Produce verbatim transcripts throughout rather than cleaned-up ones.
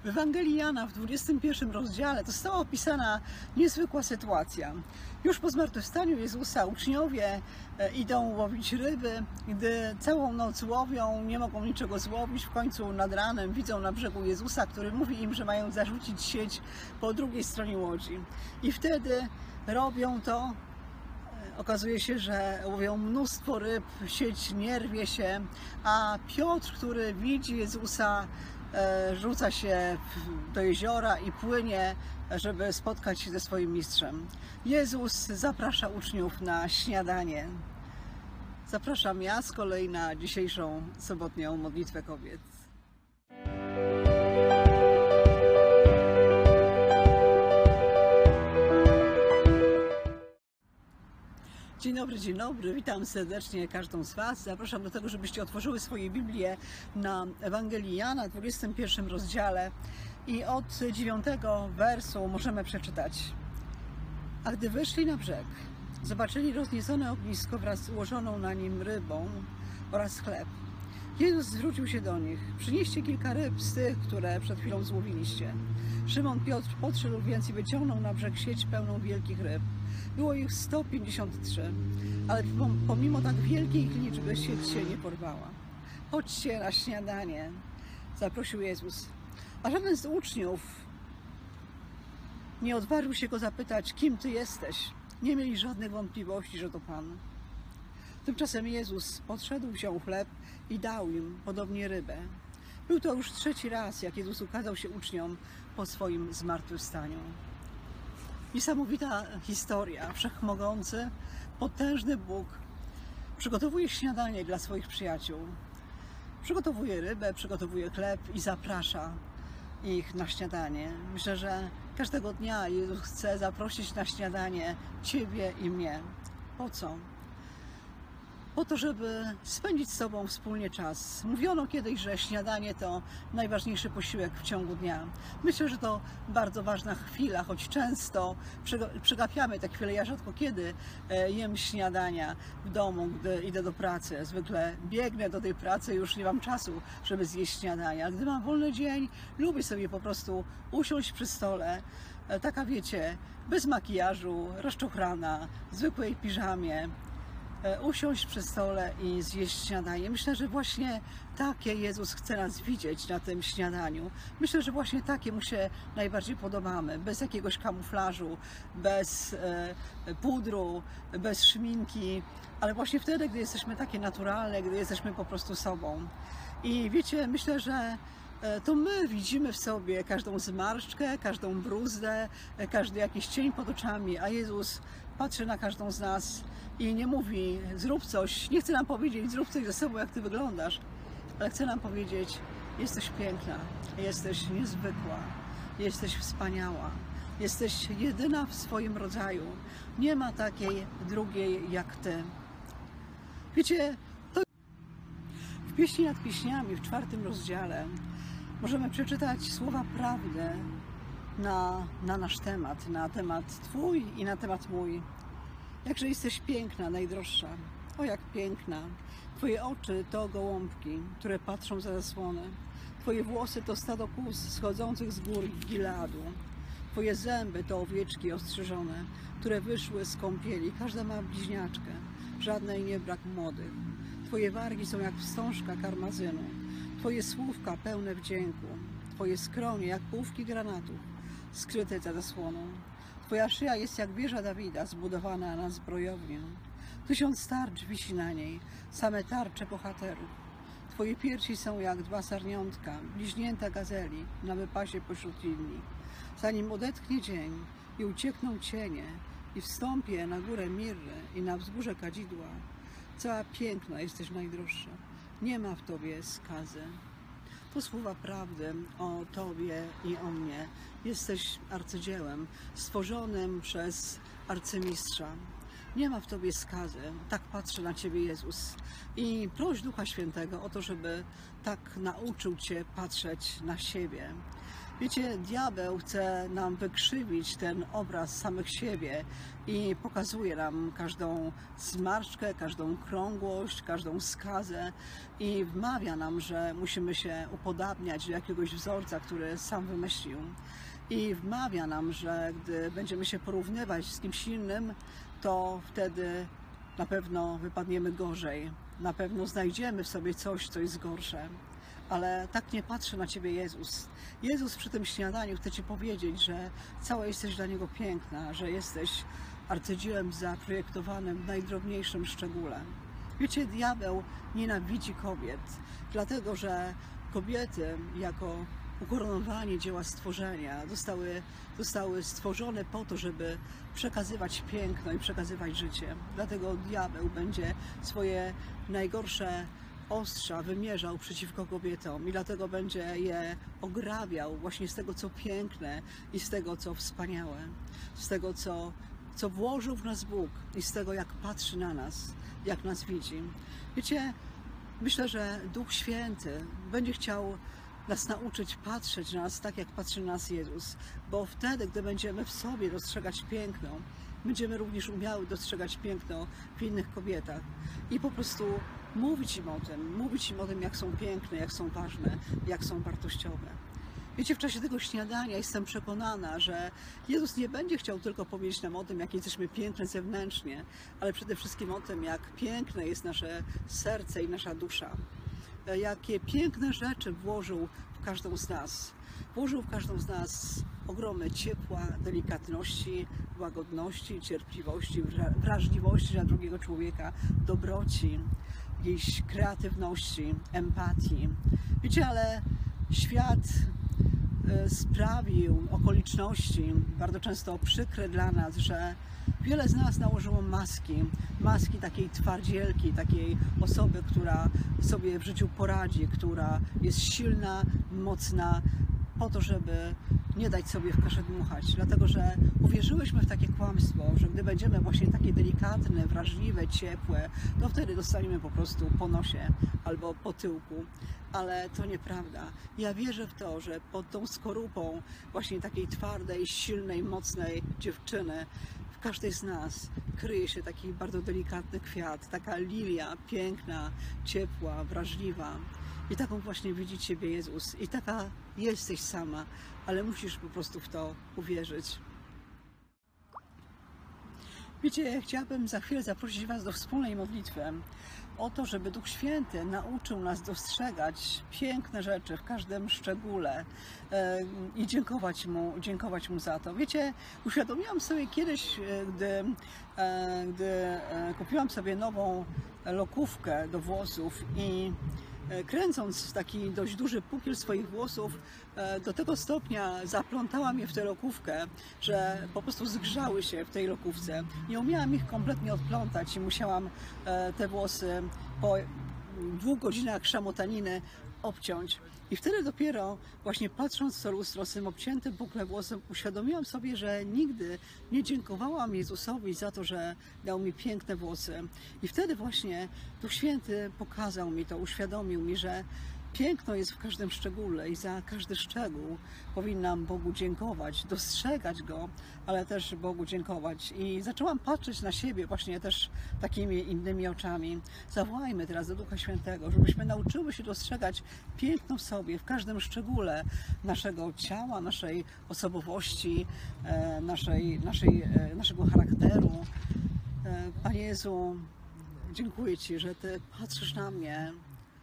W Ewangelii Jana w dwudziestym pierwszym rozdziale została opisana niezwykła sytuacja. Już po zmartwychwstaniu Jezusa uczniowie idą łowić ryby. Gdy całą noc łowią, nie mogą niczego złowić, w końcu nad ranem widzą na brzegu Jezusa, który mówi im, że mają zarzucić sieć po drugiej stronie łodzi. I wtedy robią to. Okazuje się, że łowią mnóstwo ryb, sieć nie rwie się, a Piotr, który widzi Jezusa, rzuca się do jeziora i płynie, żeby spotkać się ze swoim mistrzem. Jezus zaprasza uczniów na śniadanie. Zapraszam ja z kolei na dzisiejszą sobotnią modlitwę kobiet. Dzień dobry, dzień dobry, witam serdecznie każdą z Was. Zapraszam do tego, żebyście otworzyły swoje Biblię na Ewangelii Jana, w dwudziestym pierwszym rozdziale i od dziewiątego wersu możemy przeczytać. A gdy wyszli na brzeg, zobaczyli rozniecone ognisko wraz z ułożoną na nim rybą oraz chleb. Jezus zwrócił się do nich: przynieście kilka ryb z tych, które przed chwilą złowiliście. Szymon Piotr podszedł więc i wyciągnął na brzeg sieć pełną wielkich ryb. Było ich sto pięćdziesiąt trzy, ale pomimo tak wielkiej ich liczby sieć się nie porwała. Chodźcie na śniadanie, zaprosił Jezus. A żaden z uczniów nie odważył się go zapytać, kim ty jesteś. Nie mieli żadnych wątpliwości, że to Pan. Tymczasem Jezus podszedł, wziął chleb i dał im podobnie rybę. Był to już trzeci raz, jak Jezus ukazał się uczniom po swoim zmartwychwstaniu. Niesamowita historia. Wszechmogący, potężny Bóg przygotowuje śniadanie dla swoich przyjaciół. Przygotowuje rybę, przygotowuje chleb i zaprasza ich na śniadanie. Myślę, że każdego dnia Jezus chce zaprosić na śniadanie Ciebie i mnie. Po co? Po to, żeby spędzić z Tobą wspólnie czas. Mówiono kiedyś, że śniadanie to najważniejszy posiłek w ciągu dnia. Myślę, że to bardzo ważna chwila, choć często przegapiamy tę chwilę. Ja rzadko kiedy jem śniadania w domu, gdy idę do pracy. Zwykle biegnę do tej pracy, już nie mam czasu, żeby zjeść śniadania. Gdy mam wolny dzień, lubię sobie po prostu usiąść przy stole, taka wiecie, bez makijażu, rozczochrana, w zwykłej piżamie, usiąść przy stole i zjeść śniadanie. Myślę, że właśnie takie Jezus chce nas widzieć na tym śniadaniu. Myślę, że właśnie takie Mu się najbardziej podobamy. Bez jakiegoś kamuflażu, bez pudru, bez szminki, ale właśnie wtedy, gdy jesteśmy takie naturalne, gdy jesteśmy po prostu sobą. I wiecie, myślę, że to my widzimy w sobie każdą zmarszczkę, każdą bruzdę, każdy jakiś cień pod oczami, a Jezus patrzy na każdą z nas i nie mówi: zrób coś, nie chce nam powiedzieć: zrób coś ze sobą, jak ty wyglądasz, ale chce nam powiedzieć: jesteś piękna, jesteś niezwykła, jesteś wspaniała, jesteś jedyna w swoim rodzaju, nie ma takiej drugiej jak ty. Wiecie, to w Pieśni nad Pieśniami, w czwartym rozdziale, możemy przeczytać słowa prawdy na, na nasz temat, na temat Twój i na temat mój. Jakże jesteś piękna, najdroższa, o jak piękna. Twoje oczy to gołąbki, które patrzą za zasłonę. Twoje włosy to stado kóz schodzących z gór Gileadu. Twoje zęby to owieczki ostrzyżone, które wyszły z kąpieli. Każda ma bliźniaczkę, żadnej nie brak młodych. Twoje wargi są jak wstążka karmazynu. Twoje słówka pełne wdzięku. Twoje skronie jak półki granatów, skryte za zasłoną. Twoja szyja jest jak wieża Dawida, zbudowana na zbrojownię. Tysiąc tarcz wisi na niej, same tarcze bohaterów. Twoje piersi są jak dwa sarniątka, bliźnięta gazeli na wypasie pośród linii. Zanim odetchnie dzień i uciekną cienie i wstąpię na górę mirry i na wzgórze kadzidła, cała piękna jesteś najdroższa, nie ma w Tobie skazy. To słowa prawdy o Tobie i o mnie. Jesteś arcydziełem stworzonym przez arcymistrza. Nie ma w Tobie skazy. Tak patrzy na Ciebie Jezus. I proś Ducha Świętego o to, żeby tak nauczył Cię patrzeć na siebie. Wiecie, diabeł chce nam wykrzywić ten obraz samych siebie i pokazuje nam każdą zmarszczkę, każdą krągłość, każdą skazę i wmawia nam, że musimy się upodabniać do jakiegoś wzorca, który sam wymyślił. I wmawia nam, że gdy będziemy się porównywać z kimś innym, to wtedy na pewno wypadniemy gorzej. Na pewno znajdziemy w sobie coś, co jest gorsze. Ale tak nie patrzy na Ciebie Jezus. Jezus przy tym śniadaniu chce Ci powiedzieć, że cała jesteś dla Niego piękna, że jesteś arcydziełem zaprojektowanym w najdrobniejszym szczególe. Wiecie, diabeł nienawidzi kobiet, dlatego że kobiety jako ukoronowanie dzieła stworzenia zostały, zostały stworzone po to, żeby przekazywać piękno i przekazywać życie. Dlatego diabeł będzie swoje najgorsze ostrza wymierzał przeciwko kobietom i dlatego będzie je ograbiał właśnie z tego, co piękne i z tego, co wspaniałe, z tego, co, co włożył w nas Bóg i z tego, jak patrzy na nas, jak nas widzi. Wiecie, myślę, że Duch Święty będzie chciał nas nauczyć patrzeć na nas tak, jak patrzy na nas Jezus, bo wtedy, gdy będziemy w sobie dostrzegać piękno, będziemy również umiały dostrzegać piękno w innych kobietach i po prostu mówić im o tym, mówić im o tym, jak są piękne, jak są ważne, jak są wartościowe. Wiecie, w czasie tego śniadania jestem przekonana, że Jezus nie będzie chciał tylko powiedzieć nam o tym, jak jesteśmy piękne zewnętrznie, ale przede wszystkim o tym, jak piękne jest nasze serce i nasza dusza. Jakie piękne rzeczy włożył w każdą z nas. Włożył w każdą z nas ogromy ciepła, delikatności, łagodności, cierpliwości, wrażliwości na drugiego człowieka, dobroci, jakiejś kreatywności, empatii. Wiecie, ale świat sprawił okoliczności, bardzo często przykre dla nas, że wiele z nas nałożyło maski, maski takiej twardzielki, takiej osoby, która sobie w życiu poradzi, która jest silna, mocna, po to, żeby nie dać sobie w kaszę dmuchać, dlatego że uwierzyłyśmy w takie kłamstwo, że gdy będziemy właśnie takie delikatne, wrażliwe, ciepłe, to wtedy dostaniemy po prostu po nosie albo po tyłku, ale to nieprawda. Ja wierzę w to, że pod tą skorupą właśnie takiej twardej, silnej, mocnej dziewczyny w każdej z nas kryje się taki bardzo delikatny kwiat, taka lilia, piękna, ciepła, wrażliwa. I taką właśnie widzi Ciebie Jezus. I taka jesteś sama, ale musisz po prostu w to uwierzyć. Wiecie, chciałabym za chwilę zaprosić Was do wspólnej modlitwy o to, żeby Duch Święty nauczył nas dostrzegać piękne rzeczy w każdym szczególe i dziękować Mu, dziękować Mu za to. Wiecie, uświadomiłam sobie kiedyś, gdy, gdy kupiłam sobie nową lokówkę do włosów i kręcąc taki dość duży pukiel swoich włosów, do tego stopnia zaplątałam je w tę lokówkę, że po prostu zgrzały się w tej lokówce. Nie umiałam ich kompletnie odplątać i musiałam te włosy po dwóch godzinach szamotaniny obciąć. I wtedy dopiero, właśnie patrząc w to lustro z tym obciętym puklem włosem, uświadomiłam sobie, że nigdy nie dziękowałam Jezusowi za to, że dał mi piękne włosy. I wtedy właśnie Duch Święty pokazał mi to, uświadomił mi, że piękno jest w każdym szczególe i za każdy szczegół powinnam Bogu dziękować, dostrzegać Go, ale też Bogu dziękować. I zaczęłam patrzeć na siebie właśnie też takimi innymi oczami. Zawołajmy teraz do Ducha Świętego, żebyśmy nauczyły się dostrzegać piękno w sobie, w każdym szczególe naszego ciała, naszej osobowości, naszej, naszej, naszego charakteru. Panie Jezu, dziękuję Ci, że Ty patrzysz na mnie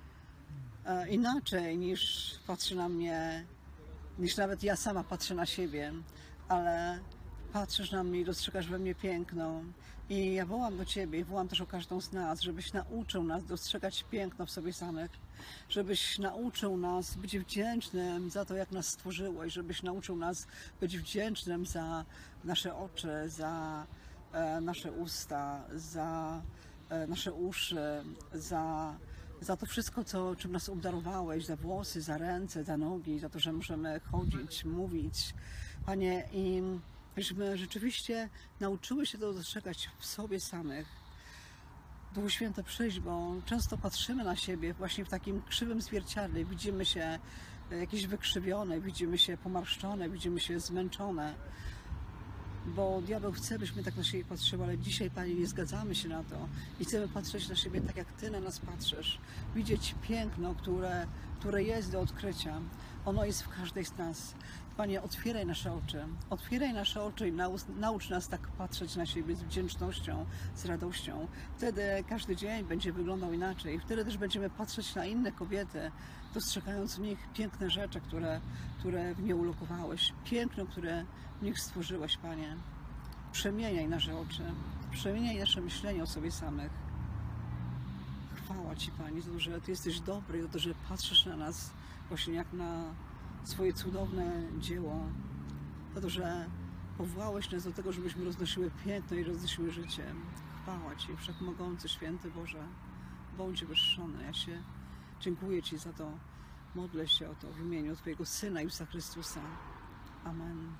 inaczej niż patrzy na mnie, niż nawet ja sama patrzę na siebie, ale patrzysz na mnie i dostrzegasz we mnie piękno. I ja wołam do Ciebie i wołam też o każdą z nas, żebyś nauczył nas dostrzegać piękno w sobie samych, żebyś nauczył nas być wdzięcznym za to, jak nas stworzyłeś, żebyś nauczył nas być wdzięcznym za nasze oczy, za e, nasze usta, za e, nasze uszy, za za to wszystko, co, czym nas obdarowałeś, za włosy, za ręce, za nogi, za to, że możemy chodzić, mówić. Panie, i żebyśmy rzeczywiście nauczyły się to dostrzegać w sobie samych. Duchu Święty, przyjdź, bo często patrzymy na siebie właśnie w takim krzywym zwierciadle, widzimy się jakieś wykrzywione, widzimy się pomarszczone, widzimy się zmęczone, bo diabeł chce, byśmy tak na siebie patrzyły, ale dzisiaj, Panie, nie zgadzamy się na to i chcemy patrzeć na siebie tak, jak Ty na nas patrzysz. Widzieć piękno, które, które jest do odkrycia. Ono jest w każdej z nas. Panie, otwieraj nasze oczy. Otwieraj nasze oczy i naucz, naucz nas tak patrzeć na siebie z wdzięcznością, z radością. Wtedy każdy dzień będzie wyglądał inaczej. Wtedy też będziemy patrzeć na inne kobiety, dostrzegając w nich piękne rzeczy, które, które w nie ulokowałeś. Piękno, które w nich stworzyłeś, Panie. Przemieniaj nasze oczy. Przemieniaj nasze myślenie o sobie samych. Chwała Ci, Panie, za to, że Ty jesteś dobry, za to, że patrzysz na nas właśnie jak na swoje cudowne dzieło, za to, że powołałeś nas do tego, żebyśmy roznosiły piękno i roznosiły życie. Chwała Ci, Wszechmogący, Święty Boże, bądź wywyższony. Ja się dziękuję Ci za to. Modlę się o to w imieniu Twojego Syna Jezusa Chrystusa. Amen.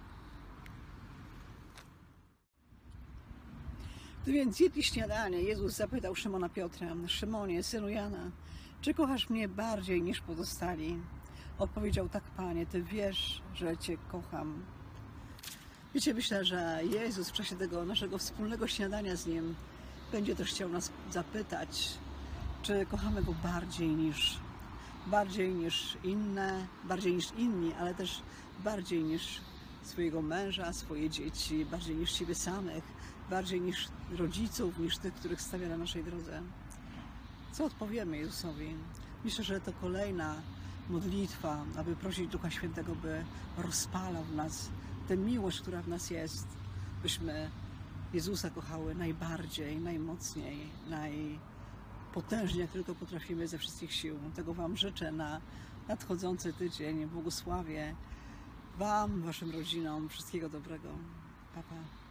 Gdy więc jedli śniadanie, Jezus zapytał Szymona Piotra: Szymonie, synu Jana, czy kochasz mnie bardziej niż pozostali? Odpowiedział: tak, Panie, Ty wiesz, że Cię kocham. Wiecie, myślę, że Jezus w czasie tego naszego wspólnego śniadania z Nim będzie też chciał nas zapytać, czy kochamy Go bardziej niż, bardziej niż inne, bardziej niż inni, ale też bardziej niż swojego męża, swoje dzieci, bardziej niż siebie samych, bardziej niż rodziców, niż tych, których stawia na naszej drodze. Co odpowiemy Jezusowi? Myślę, że to kolejna modlitwa, aby prosić Ducha Świętego, by rozpalał w nas tę miłość, która w nas jest, byśmy Jezusa kochały najbardziej, najmocniej, najpotężniej, jak tylko potrafimy, ze wszystkich sił. Tego Wam życzę na nadchodzący tydzień. Błogosławię Wam, Waszym rodzinom. Wszystkiego dobrego. Pa, pa.